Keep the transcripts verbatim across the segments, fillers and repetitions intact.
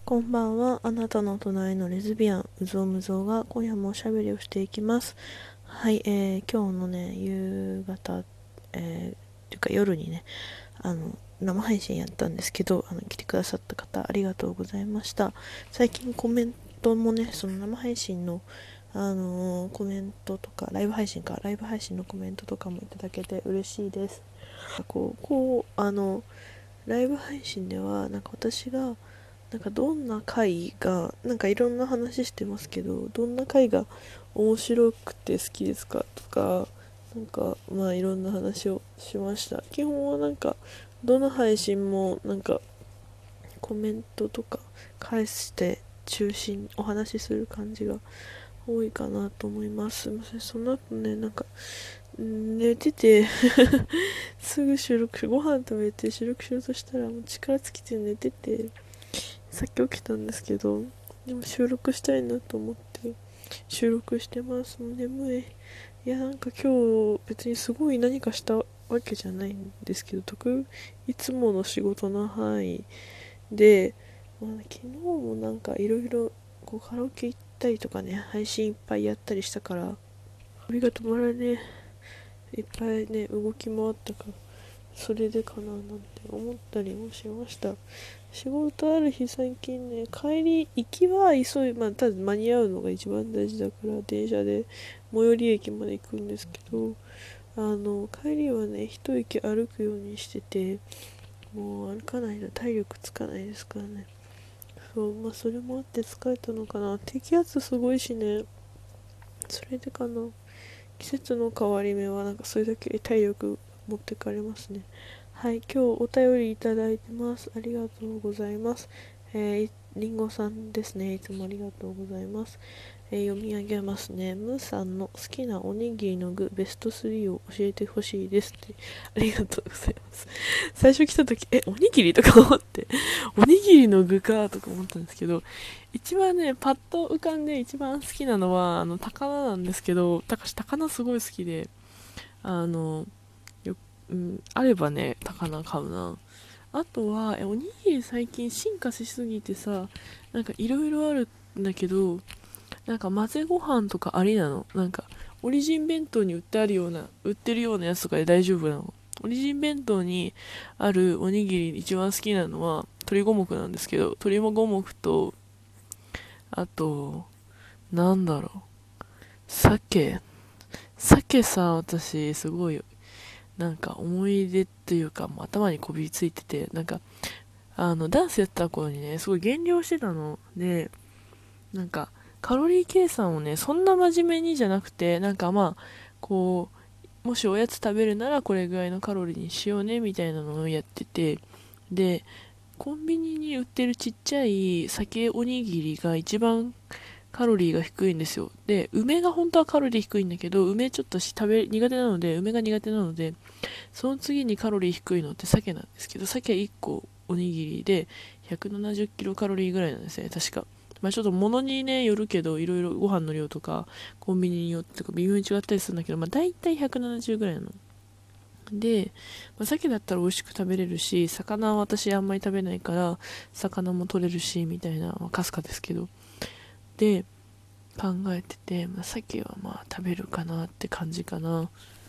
こんばんは。あなたの隣のレズビアン、うぞうむぞうが今夜もおしゃべりをしていきます。はい、えー、今日のね、夕方、えー、というか夜にね、あの、生配信やったんですけど、あの、来てくださった方、ありがとうございました。最近コメントもね、その生配信の、あのーコメントとか、ライブ配信か、ライブ配信のコメントとかもいただけて嬉しいです。こう、こう、あの、ライブ配信では、なんか私が、なんかどんな回が、なんかいろんな話してますけど、どんな回が面白くて好きですかとか、なんかまあいろんな話をしました。基本はなんか、どの配信もなんかコメントとか返して中心お話しする感じが多いかなと思います。すいません、その後ね、なんか、寝ててすぐ収録し、ご飯食べて収録しようとしたらもう力尽きて寝てて、さっき起きたんですけど、でも収録したいなと思って収録してます。もう眠い。いや、なんか今日別にすごい何かしたわけじゃないんですけど、特いつもの仕事の範囲で、まあ、昨日もなんかいろいろカラオケ行ったりとかね、配信いっぱいやったりしたから、首が止まらねえ、いっぱいね動き回ったから、それでかななんて思ったりもしました。仕事ある日最近ね、帰り、行きは急い、まあ、ただ間に合うのが一番大事だから、電車で最寄り駅まで行くんですけど、あの、帰りはね、一息歩くようにしてて、もう歩かないと体力つかないですからね。そう、まあ、それもあって疲れたのかな。低気圧すごいしね、それでかな。季節の変わり目はなんかそれだけ体力持ってかれますね。はい、今日お便りいただいてます。ありがとうございます。えー、りんごさんですね。いつもありがとうございます。えー読み上げますね。ムーさんの好きなおにぎりの具ベストスリーを教えてほしいですって。ありがとうございます。最初来た時、え、おにぎりとか思って、おにぎりの具かとか思ったんですけど、一番ね、パッと浮かんで一番好きなのは、あの、高菜なんですけど、たかし高菜すごい好きで、あの、よ、うん、あればね、高菜買うな。あとは、え、おにぎり最近進化しすぎてさ、なんかいろいろあるんだけど、なんか混ぜご飯とかありなの。なんか、オリジン弁当に売ってあるような、売ってるようなやつとかで大丈夫なの。オリジン弁当にあるおにぎり一番好きなのは鶏五目なんですけど、鶏も五目と、あと、なんだろう、鮭。鮭さ、私、すごい、なんか思い出っていうか、もう頭にこびりついてて、なんか、あの、ダンスやってた頃にね、すごい減量してたので、なんか、カロリー計算をね、そんな真面目にじゃなくて、なんかまあ、こう、もしおやつ食べるならこれぐらいのカロリーにしようね、みたいなのをやってて、で、コンビニに売ってるちっちゃい鮭おにぎりが一番カロリーが低いんですよ。で、梅が本当はカロリー低いんだけど、梅ちょっと食べ、苦手なので、梅が苦手なので、その次にカロリー低いのって鮭なんですけど、鮭いっこおにぎりでひゃくななじゅっキロカロリーぐらいなんですね、確か。まあちょっと物にね、よるけど、いろいろご飯の量とか、コンビニによってとか微妙に違ったりするんだけど、まあ大体ひゃくななじゅうぐらいなの。で、まあ、鮭だったら美味しく食べれるし、魚は私あんまり食べないから、魚も取れるし、みたいな、まあ、かすかですけど。で、考えてて、まあ、鮭はまあ食べるかなって感じかな。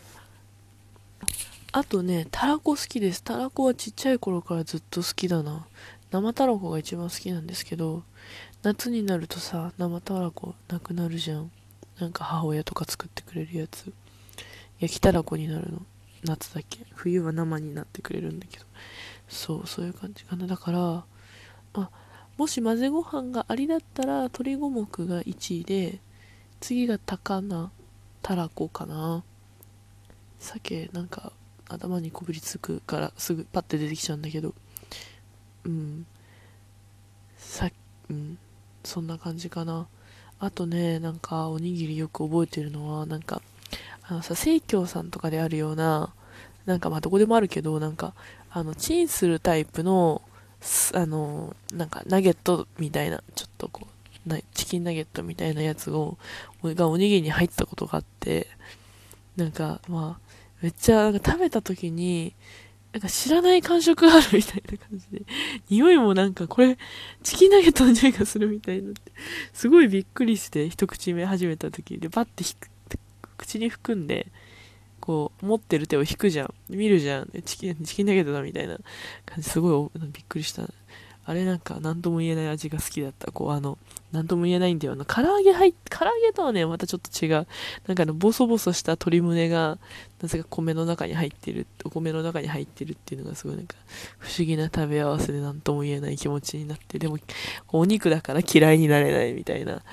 あとね、たらこ好きです。たらこはちっちゃい頃からずっと好きだな。生たらこが一番好きなんですけど、夏になるとさ、生たらこなくなるじゃん。なんか母親とか作ってくれるやつ。焼きたらこになるの。夏だけ。冬は生になってくれるんだけど。そう、そういう感じかな。だから、あ、もし混ぜご飯がありだったら、鶏五目がいちいで、次が高菜、たらこかな。鮭、なんか、頭にこびりつくからすぐパッて出てきちゃうんだけど、うん、さ、うん、そんな感じかな。あとね、なんか、おにぎりよく覚えてるのは、なんか、あのさ、生協さんとかであるような、なんかまあどこでもあるけど、なんか、あの、チンするタイプの、あの、なんかナゲットみたいな、ちょっとこう、なチキンナゲットみたいなやつを、がおにぎりに入ったことがあって、なんかまあ、めっちゃなんか食べた時に、 なんか知らない感触があるみたいな感じで、匂いもなんかこれ、チキンナゲットの匂いがするみたいになって、すごいびっくりして、一口目始めた時で、バッてひく口に含んで、こう、持ってる手を引くじゃん。見るじゃん。チキン、チキンナゲットだみたいな感じ、すごいびっくりした。あれなんか何とも言えない味が好きだった。こうあの、何とも言えないんだよ。あの、唐揚げ入っ、唐揚げとはね、またちょっと違う。なんかあの、ボソボソした鶏胸が、なぜか米の中に入ってる、お米の中に入ってるっていうのがすごいなんか、不思議な食べ合わせで何とも言えない気持ちになって、でも、お肉だから嫌いになれないみたいな、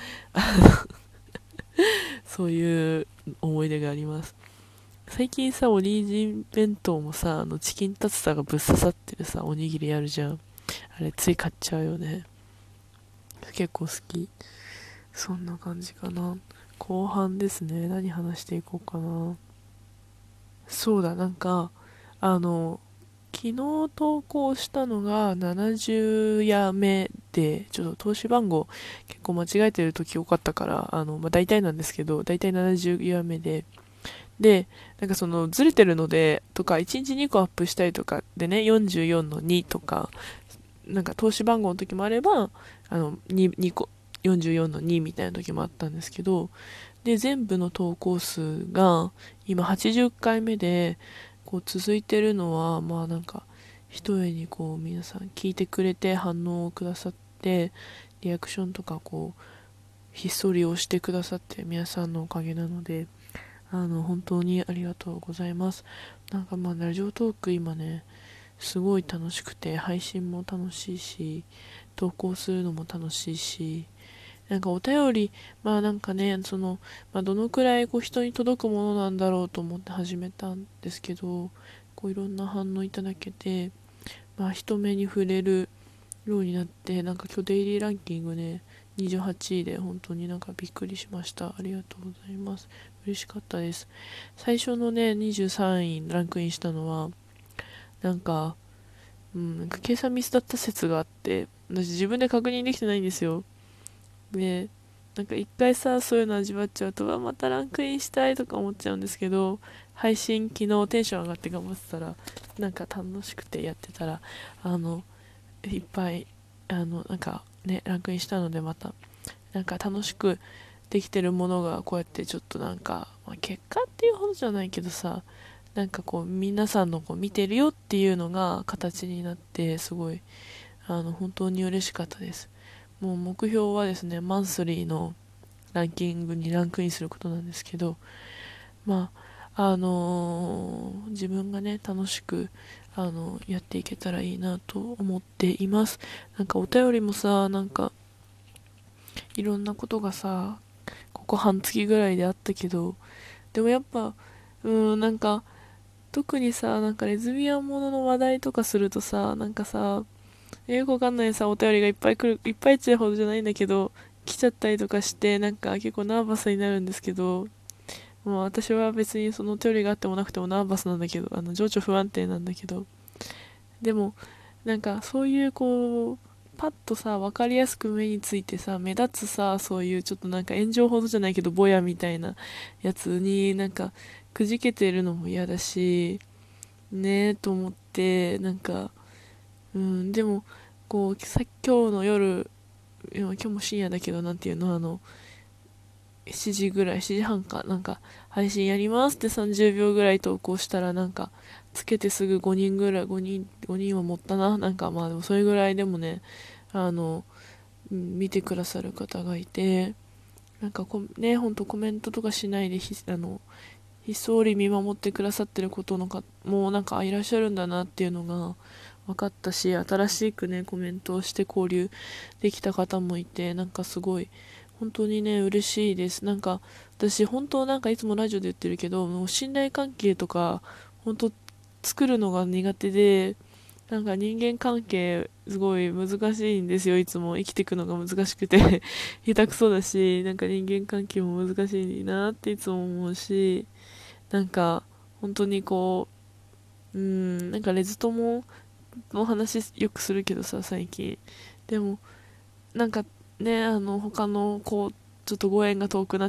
そういう思い出があります。最近さ、オリジン弁当もさ、あの、チキンタツタがぶっ刺さってるさ、おにぎりあるじゃん。あれ、つい買っちゃうよね。結構好き。そんな感じかな。後半ですね。何話していこうかな。そうだ、なんか、あの、昨日投稿したのがななじゅう夜目で、ちょっと投資番号結構間違えてる時多かったから、あの、まあ、大体なんですけど、大体ななじゅう夜目で、で、なんかそのずれてるので、とか、いちにちにこアップしたりとかでね、よんじゅうよんのにとか、なんか投資番号の時もあれば、あの、に, にこ、よんじゅうよんのにみたいな時もあったんですけど、で、全部の投稿数が、今はちじゅっかいめで、こう続いてるのは、まあなんか、一重にこう皆さん聞いてくれて反応をくださって、リアクションとかこう、ひっそり押してくださって皆さんのおかげなので、あの、本当にありがとうございます。なんかまあ、ラジオトーク今ね、すごい楽しくて、配信も楽しいし、投稿するのも楽しいし、なんかお便り、まあなんかね、その、まあどのくらいこう人に届くものなんだろうと思って始めたんですけど、こういろんな反応いただけて、まあ人目に触れるようになって、なんか今日デイリーランキングね、にじゅうはちいで本当になんかびっくりしました。ありがとうございます。嬉しかったです。最初のね、にじゅうさんいランクインしたのは、なんか、うん、なんか計算ミスだった説があって、私自分で確認できてないんですよ。で、なんか一回さ、そういうの味わっちゃうと、わ、またランクインしたいとか思っちゃうんですけど、配信昨日テンション上がって頑張ってたら、なんか楽しくてやってたら、あの、いっぱい、あの、なんかね、ランクインしたのでまた、なんか楽しくできてるものがこうやってちょっとなんか、まあ、結果っていうほどじゃないけどさ、なんかこう皆さんのこう見てるよっていうのが形になってすごいあの本当に嬉しかったです。もう目標はですね、マンスリーのランキングにランクインすることなんですけど、まああのー自分がね楽しくあのやっていけたらいいなと思っています。なんかお便りもさ、なんかいろんなことがさ、ここ半月ぐらいであったけど、でもやっぱうーんなんか特にさ、なんかレズビアンものの話題とかするとさ、なんかさ、よくわかんないさ、お便りがいっぱい来る、いっぱい来てるほどじゃないんだけど、来ちゃったりとかして、なんか結構ナーバスになるんですけど、もう私は別にそのお便りがあってもなくてもナーバスなんだけど、あの、情緒不安定なんだけど、でも、なんかそういうこう、パッとさ、わかりやすく目についてさ、目立つさ、そういうちょっとなんか炎上ほどじゃないけど、ぼやみたいなやつになんかくじけてるのも嫌だし、ねえと思って、なんか、うん、でも、こう、さ今日の夜、いや今日も深夜だけど、なんていうの、あの、しちじぐらい、しちじはんか、なんか、配信やりますってさんじゅうびょうぐらい投稿したら、なんか、つけてすぐごにんぐらい、ごにん、ごにんは持ったな。なんか、まあでもそれぐらいでもね、あの、うん、見てくださる方がいて、なんかこ、ね、ほんとコメントとかしないでひ、あの、ひっそり見守ってくださってることのか、もうなんか、あいらっしゃるんだなっていうのが分かったし、新しくね、コメントをして交流できた方もいて、なんかすごい、本当にね、嬉しいです。なんか、私、本当なんかいつもラジオで言ってるけど、もう信頼関係とか、本当作るのが苦手で、なんか人間関係すごい難しいんですよ、いつも。生きていくのが難しくて下手くそだし、なんか人間関係も難しいなっていつも思うし、なんか、本当にこう、うーん、なんかレズ友の話よくするけどさ、最近。でも、なんかね、あの、他の、こう、ちょっとご縁が遠くなっちゃっ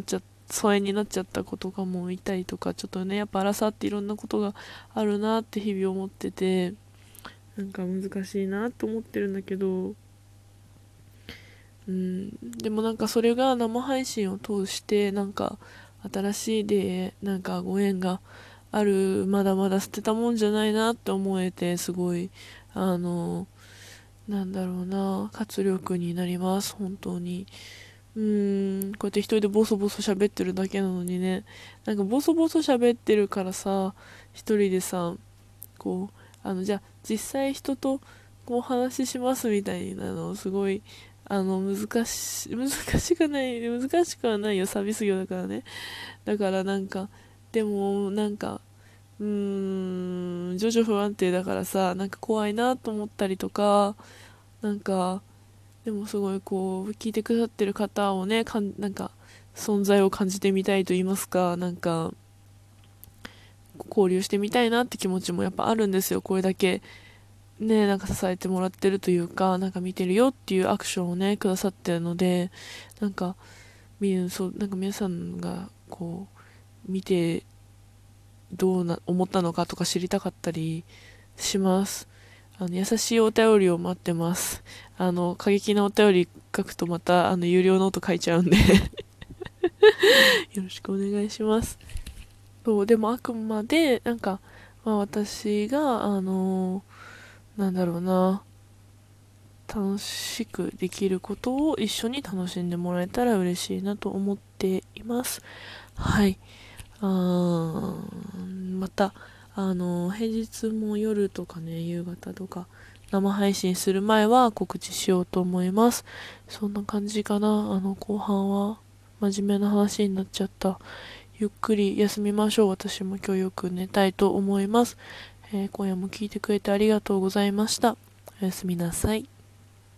疎遠になっちゃった子とかもいたりとか、ちょっとね、やっぱ争っていろんなことがあるなって日々思ってて、なんか難しいなと思ってるんだけど、うん、でもなんかそれが生配信を通して、なんか新しい出会い、なんかご縁がある、まだまだ捨てたもんじゃないなって思えて、すごい、あの、なんだろうな、活力になります、本当に。うーん、こうやって一人でボソボソ喋ってるだけなのにね、なんかボソボソ喋ってるからさ、一人でさ、こう、あの、じゃあ実際人とこう話しますみたいなの、すごい、あの、難し、難しくない、難しくはないよ、サービス業だからね。だからなんか、でも、なんか、うーん、徐々不安定だからさ、なんか怖いなと思ったりとか、なんか、でもすごいこう、聞いてくださってる方をね、かん、なんか、存在を感じてみたいと言いますか、なんか、交流してみたいなって気持ちもやっぱあるんですよ。これだけ、ね、なんか支えてもらってるというか、なんか見てるよっていうアクションをね、くださってるので、なんか、みんそう、なんか皆さんが、こう、見て、どうな、思ったのかとか知りたかったりします。あの、優しいお便りを待ってます。あの、過激なお便り書くとまた、あの、有料ノート書いちゃうんでよろしくお願いします。そう、でもあくまで、なんか、まあ私が、あのなんだろうな、楽しくできることを一緒に楽しんでもらえたら嬉しいなと思っています。はい。あーまた、あの、平日も夜とかね、夕方とか、生配信する前は告知しようと思います。そんな感じかな。あの、後半は真面目な話になっちゃった。ゆっくり休みましょう。私も今日よく寝たいと思います。えー今夜も聞いてくれてありがとうございました。おやすみなさい。